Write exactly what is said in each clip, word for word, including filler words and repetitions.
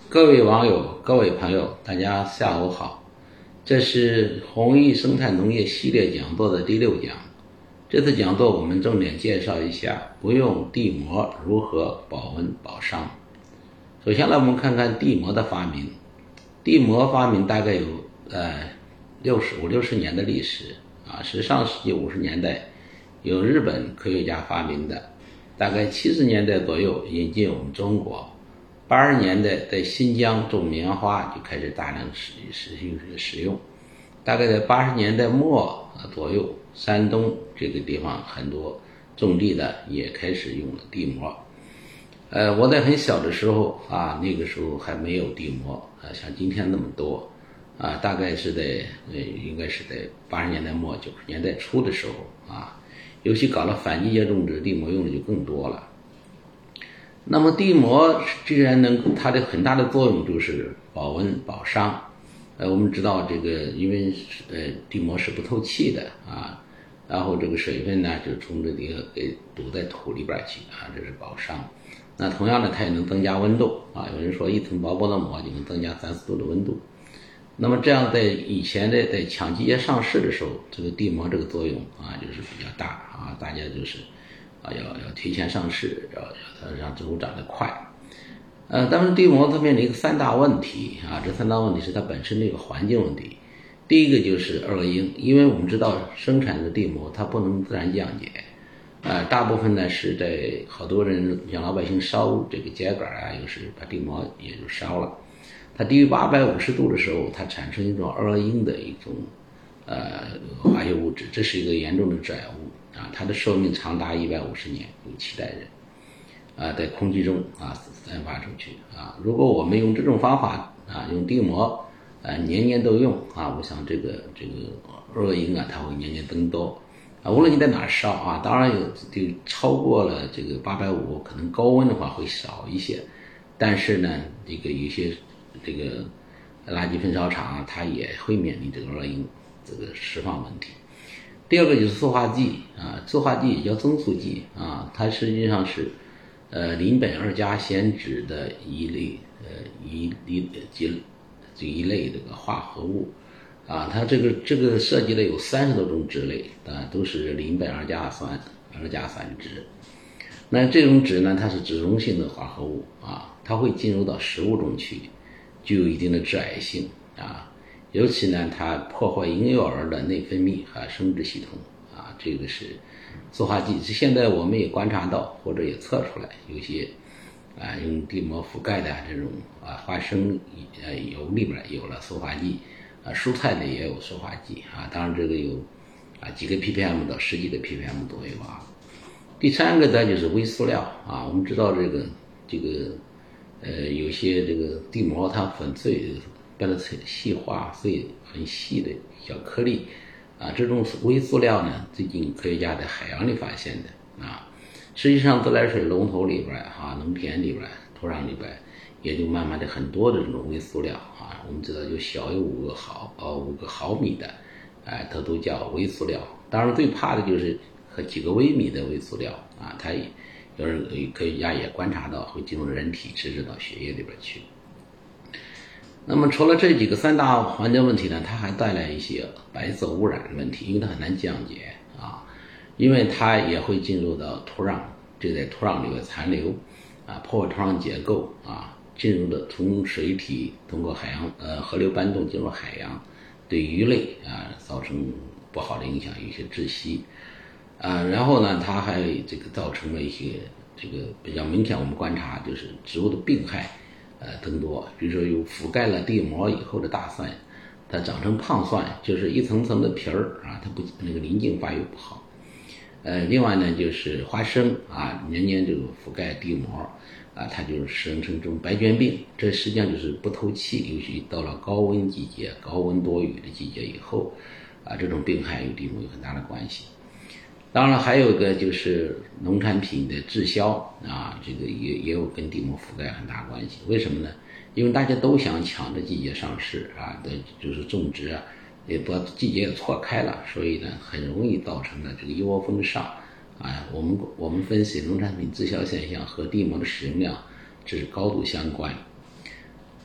各位网友、各位朋友，大家下午好。这是弘毅生态农业系列讲座的第六讲。这次讲座我们重点介绍一下不用地膜如何保温保墒。首先呢，我们看看地膜的发明。地膜发明大概有呃六十五六十年的历史啊，是上世纪五十年代由日本科学家发明的，大概七十年代左右引进我们中国。八十年代在新疆种棉花就开始大量使使使用，大概在八十年代末左右，山东这个地方很多种地的也开始用了地膜。呃，我在很小的时候啊，那个时候还没有地膜啊，像今天那么多啊，大概是在呃，应该是在八十年代末九十年代初的时候啊，尤其搞了反季节种植，地膜用的就更多了。那么地膜既然能，它的很大的作用就是保温保墒。呃，我们知道这个，因为呃地膜是不透气的啊，然后这个水分呢就从这里给堵在土里边去啊，这是保墒。那同样的，它也能增加温度啊。有人说一层薄薄的膜就能增加三四度的温度。那么这样在以前的在抢季节上市的时候，这个地膜这个作用啊就是比较大啊，大家就是啊，要要提前上市，要要让植物长得快。呃，但是地膜它面临一个三大问题啊，这三大问题是它本身的一个环境问题。第一个就是二恶英，因为我们知道生产的地膜它不能自然降解，呃，大部分呢是在好多人像老百姓烧这个秸秆啊，有时把地膜也就烧了。它低于八百五十度的时候，它产生一种二恶英的一种呃化学物质，这是一个严重的致癌物。啊，它的寿命长达一百五十年，有七代人，啊，在空气中啊散发出去啊。如果我们用这种方法啊，用地膜，啊年年都用啊，我想这个这个二恶英啊，它会年年增多啊。无论你在哪儿烧啊，当然有就超过了这个八百五，可能高温的话会少一些，但是呢，这个有些这个垃圾焚烧厂啊，它也会面临这个二恶英这个释放问题。第二个就是塑化剂啊，塑化剂也叫增塑剂啊，它实际上是呃邻苯二加酰酯的一类呃一一几这一类这个化合物啊，它这个这个涉及了有三十多种酯类啊，都是邻苯二加酸二加酸酯。那这种酯呢，它是脂溶性的化合物啊，它会进入到食物中去，具有一定的致癌性啊。尤其呢，它破坏婴幼儿的内分泌和生殖系统啊，这个是塑化剂。现在我们也观察到，或者也测出来，有些啊用地膜覆盖的这种啊花生呃油里边有了塑化剂，啊蔬菜呢也有塑化剂啊，当然这个有啊几个 ppm 到十几个 ppm 左右啊。第三个呢就是微塑料啊，我们知道这个这个呃有些这个地膜它粉碎。变得细化碎很细的小颗粒啊，这种微塑料呢，最近科学家在海洋里发现的啊。实际上自来水龙头里边啊，农田里边土壤里边也就慢慢的很多的这种微塑料啊，我们知道就小于五个毫呃五个毫米的啊，它都叫微塑料。当然最怕的就是和几个微米的微塑料啊，它也有人科学家也观察到会进入人体直至到血液里边去。那么除了这几个三大环境问题呢，它还带来一些白色污染的问题，因为它很难降解啊，因为它也会进入到土壤，这在土壤里的残留啊，破坏土壤结构啊，进入的从水体通过海洋呃河流搬动进入海洋，对鱼类啊造成不好的影响，有些窒息啊，然后呢，它还这个造成了一些这个比较明显，我们观察就是植物的病害。呃，更多，比如说有覆盖了地膜以后的大蒜，它长成胖蒜，就是一层层的皮儿啊，它不那个鳞茎发育不好。呃，另外呢，就是花生啊，年年这个覆盖地膜啊，它就是生成这种白卷病，这实际上就是不透气，尤其到了高温季节、高温多雨的季节以后啊，这种病害与地膜有很大的关系。当然还有一个就是农产品的滞销啊，这个也也有跟地膜覆盖很大关系。为什么呢？因为大家都想抢着季节上市啊，的就是种植啊，也把季节也错开了，所以呢，很容易造成了这个一窝蜂上啊。我们我们分析农产品滞销现象和地膜的使用量这是高度相关。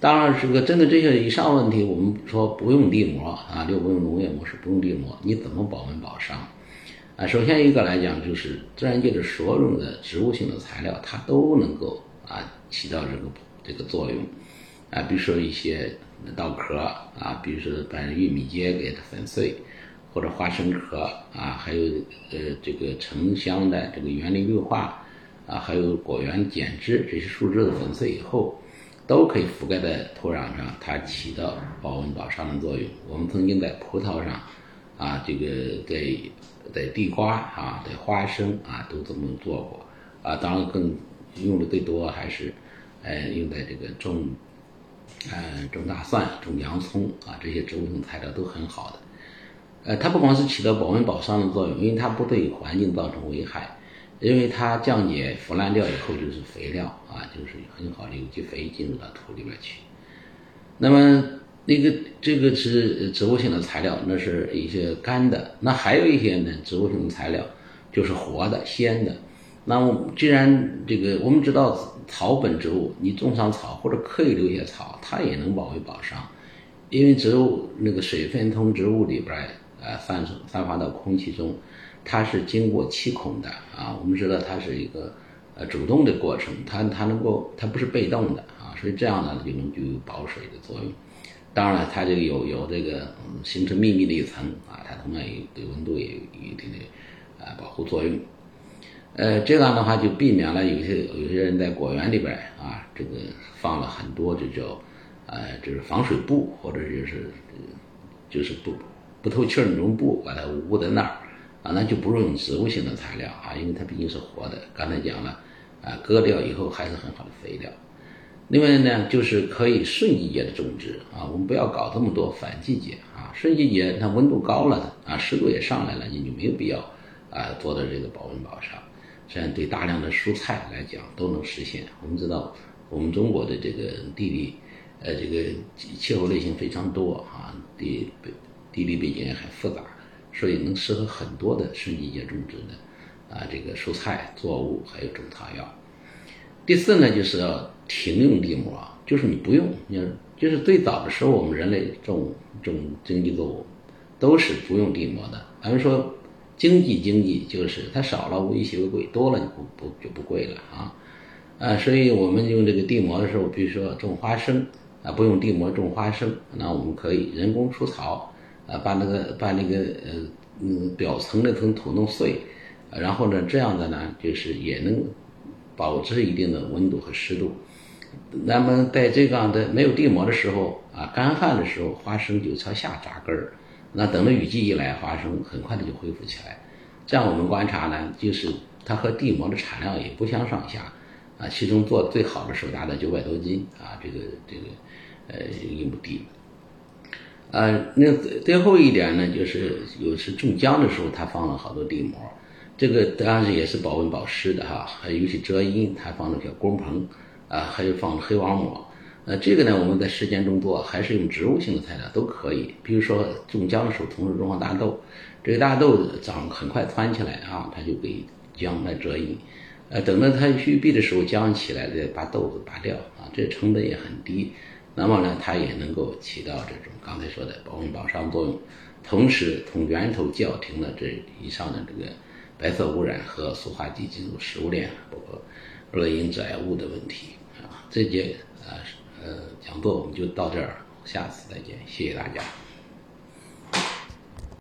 当然，这个针对这些以上问题，我们说不用地膜啊，就不用农业模式，不用地膜，你怎么保温保墒？啊，首先一个来讲，就是自然界的所有的植物性的材料，它都能够啊起到这个这个作用，啊，比如说一些稻壳啊，比如说把玉米秸给它粉碎，或者花生壳啊，还有呃这个城乡的这个园林绿化啊，还有果园剪枝这些树枝的粉碎以后，都可以覆盖在土壤上，它起到保温保墒的作用。我们曾经在葡萄上啊，这个在在地瓜啊，在花生啊都这么做过啊。当然更用的最多还是呃用在这个种呃种大蒜、种洋葱啊，这些植物性材料都很好的。呃，它不光是起到保温保墒的作用，因为它不对环境造成危害，因为它降解腐烂掉以后就是肥料啊，就是很好的有机肥进入到土里边去。那么那个这个是植物性的材料，那是一些干的，那还有一些呢植物性的材料就是活的鲜的。那么既然这个我们知道草本植物，你种上草或者刻意留下草，它也能保温保墒，因为植物那个水分从植物里边呃散散发到空气中，它是经过气孔的啊。我们知道它是一个呃主动的过程，它它能够它不是被动的啊，所以这样呢就能具有保水的作用。当然它这个有有这个、嗯、形成密密的一层啊，它同样也对温度也有一定的啊保护作用。呃，这样的话就避免了有些有些人在果园里边啊，这个放了很多这叫呃就是防水布，或者就是就是不不透气那种布，把它捂在那儿啊，那就不是用植物性的材料啊，因为它毕竟是活的。刚才讲了啊，割掉以后还是很好的肥料。另外呢，就是可以顺季节的种植啊，我们不要搞这么多反季节啊。顺季节它温度高了啊，湿度也上来了，你就没有必要啊做到这个保温保墒。这样对大量的蔬菜来讲都能实现。我们知道我们中国的这个地理呃这个气候类型非常多啊，地地理背景也很复杂，所以能适合很多的顺季节种植的啊这个蔬菜作物还有种草药。第四呢，就是要停用地膜，就是你不用，就是最早的时候我们人类种种经济作物都是不用地膜的。咱们说经济经济就是它少了无以稀为贵，多了就不不就不贵了啊啊！所以我们用这个地膜的时候，比如说种花生啊，不用地膜种花生，那我们可以人工除草啊，把那个把那个呃嗯表层那层土弄碎，啊、然后呢这样的呢就是也能保持一定的温度和湿度。那么在这样的没有地膜的时候啊，干旱的时候，花生就朝下扎根儿。那等到雨季一来，花生很快的就恢复起来。这样我们观察呢，就是它和地膜的产量也不相上下啊。其中做最好的时候达到九百多斤啊，这个这个呃一亩地。呃，那最后一点呢，就是有时种姜的时候，它放了好多地膜，这个当然是也是保温保湿的哈。还有尤其遮阴，它放了小锅棚啊，还有放黑网膜。呃，这个呢，我们在实践中做还是用植物性的材料都可以。比如说种姜的时候，同时种上大豆，这个大豆长很快窜起来啊，它就给姜来遮阴。呃，等到它蓄闭的时候，姜起来再把豆子拔掉啊，这成本也很低。那么呢，它也能够起到这种刚才说的保温保墒作用，同时从源头叫停了这以上的这个白色污染和塑化剂进入食物链，包括恶因致癌物的问题啊。这节啊。呃，讲座我们就到这儿，下次再见，谢谢大家。